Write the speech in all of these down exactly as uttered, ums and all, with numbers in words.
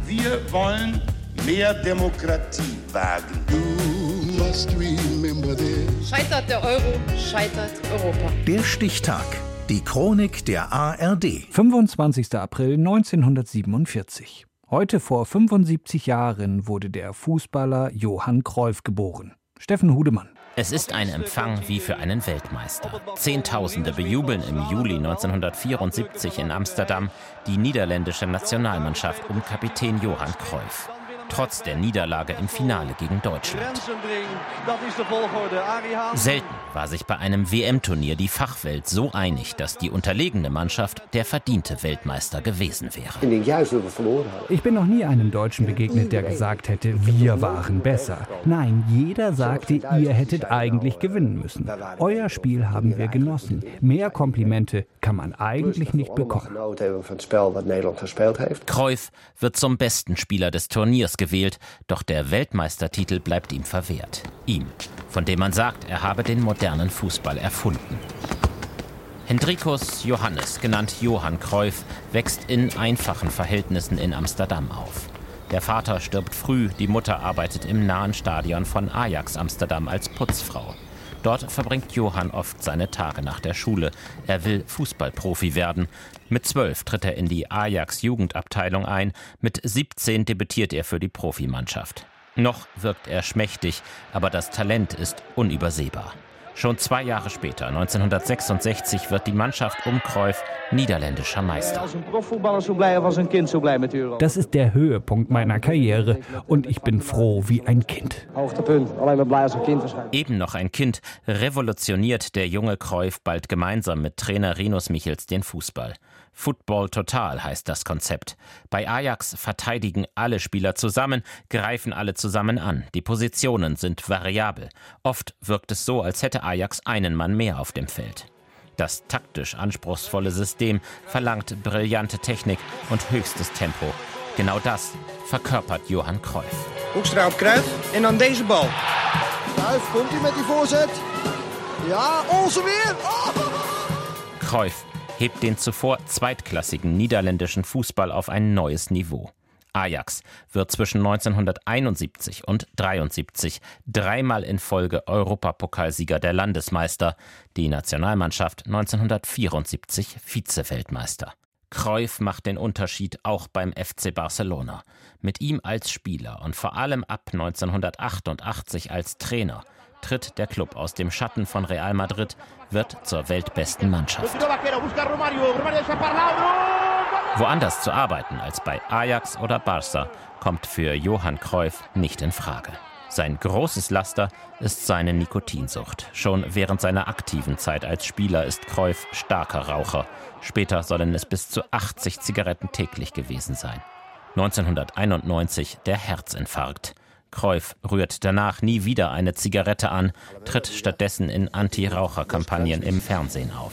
Wir wollen mehr Demokratie wagen. Scheitert der Euro, scheitert Europa. Der Stichtag. Die Chronik der A R D. fünfundzwanzigster April neunzehnhundertsiebenundvierzig. Heute vor fünfundsiebzig Jahren wurde der Fußballer Johann Cruyff geboren. Steffen Hudemann. Es ist ein Empfang wie für einen Weltmeister. Zehntausende bejubeln im Juli neunzehnhundertvierundsiebzig in Amsterdam die niederländische Nationalmannschaft um Kapitän Johann Cruyff. Trotz der Niederlage im Finale gegen Deutschland. Selten war sich bei einem W M-Turnier die Fachwelt so einig, dass die unterlegene Mannschaft der verdiente Weltmeister gewesen wäre. Ich bin noch nie einem Deutschen begegnet, der gesagt hätte, wir waren besser. Nein, jeder sagte, ihr hättet eigentlich gewinnen müssen. Euer Spiel haben wir genossen. Mehr Komplimente kann man eigentlich nicht bekommen. Cruyff wird zum besten Spieler des Turniers gewählt, doch der Weltmeistertitel bleibt ihm verwehrt. Ihm, von dem man sagt, er habe den modernen Fußball erfunden. Hendrikus Johannes, genannt Johann Cruyff, wächst in einfachen Verhältnissen in Amsterdam auf. Der Vater stirbt früh, die Mutter arbeitet im nahen Stadion von Ajax Amsterdam als Putzfrau. Dort verbringt Johann oft seine Tage nach der Schule. Er will Fußballprofi werden. Mit zwölf tritt er in die Ajax-Jugendabteilung ein. Mit siebzehn debütiert er für die Profimannschaft. Noch wirkt er schmächtig, aber das Talent ist unübersehbar. Schon zwei Jahre später, neunzehnhundertsechsundsechzig, wird die Mannschaft um Cruyff niederländischer Meister. Das ist der Höhepunkt meiner Karriere und ich bin froh wie ein Kind. Eben noch ein Kind, revolutioniert der junge Cruyff bald gemeinsam mit Trainer Rinus Michels den Fußball. Football Total heißt das Konzept. Bei Ajax verteidigen alle Spieler zusammen, greifen alle zusammen an. Die Positionen sind variabel. Oft wirkt es so, als hätte Ajax einen Mann mehr auf dem Feld. Das taktisch anspruchsvolle System verlangt brillante Technik und höchstes Tempo. Genau das verkörpert Johann Cruyff. Hoekstra op Cruyff en dan deze bal. Cruyff, komt hij met die voorzet? Ja, Olsen weer! Oh! Cruyff hebt den zuvor zweitklassigen niederländischen Fußball auf ein neues Niveau. Ajax wird zwischen neunzehnhunderteinundsiebzig und dreiundsiebzig dreimal in Folge Europapokalsieger der Landesmeister, die Nationalmannschaft neunzehnhundertvierundsiebzig Vize-Weltmeister. Cruyff macht den Unterschied auch beim F C Barcelona. Mit ihm als Spieler und vor allem ab neunzehnhundertachtundachtzig als Trainer tritt der Klub aus dem Schatten von Real Madrid, wird zur weltbesten Mannschaft. Woanders zu arbeiten als bei Ajax oder Barça kommt für Johann Cruyff nicht in Frage. Sein großes Laster ist seine Nikotinsucht. Schon während seiner aktiven Zeit als Spieler ist Cruyff starker Raucher. Später sollen es bis zu achtzig Zigaretten täglich gewesen sein. neunzehnhunderteinundneunzig der Herzinfarkt. Cruyff rührt danach nie wieder eine Zigarette an, tritt stattdessen in Anti-Raucher-Kampagnen im Fernsehen auf.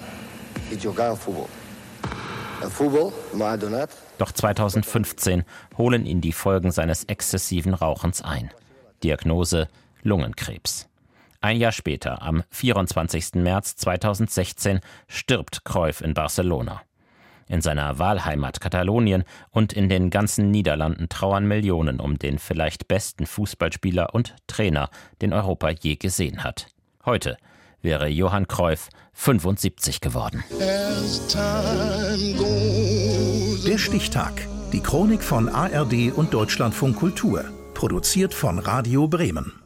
Doch zweitausendfünfzehn holen ihn die Folgen seines exzessiven Rauchens ein. Diagnose: Lungenkrebs. Ein Jahr später, am vierundzwanzigsten März zweitausendsechzehn, stirbt Cruyff in Barcelona. In seiner Wahlheimat Katalonien und in den ganzen Niederlanden trauern Millionen um den vielleicht besten Fußballspieler und Trainer, den Europa je gesehen hat. Heute wäre Johann Cruyff fünfundsiebzig geworden. Der Stichtag. Die Chronik von A R D und Deutschlandfunk Kultur. Produziert von Radio Bremen.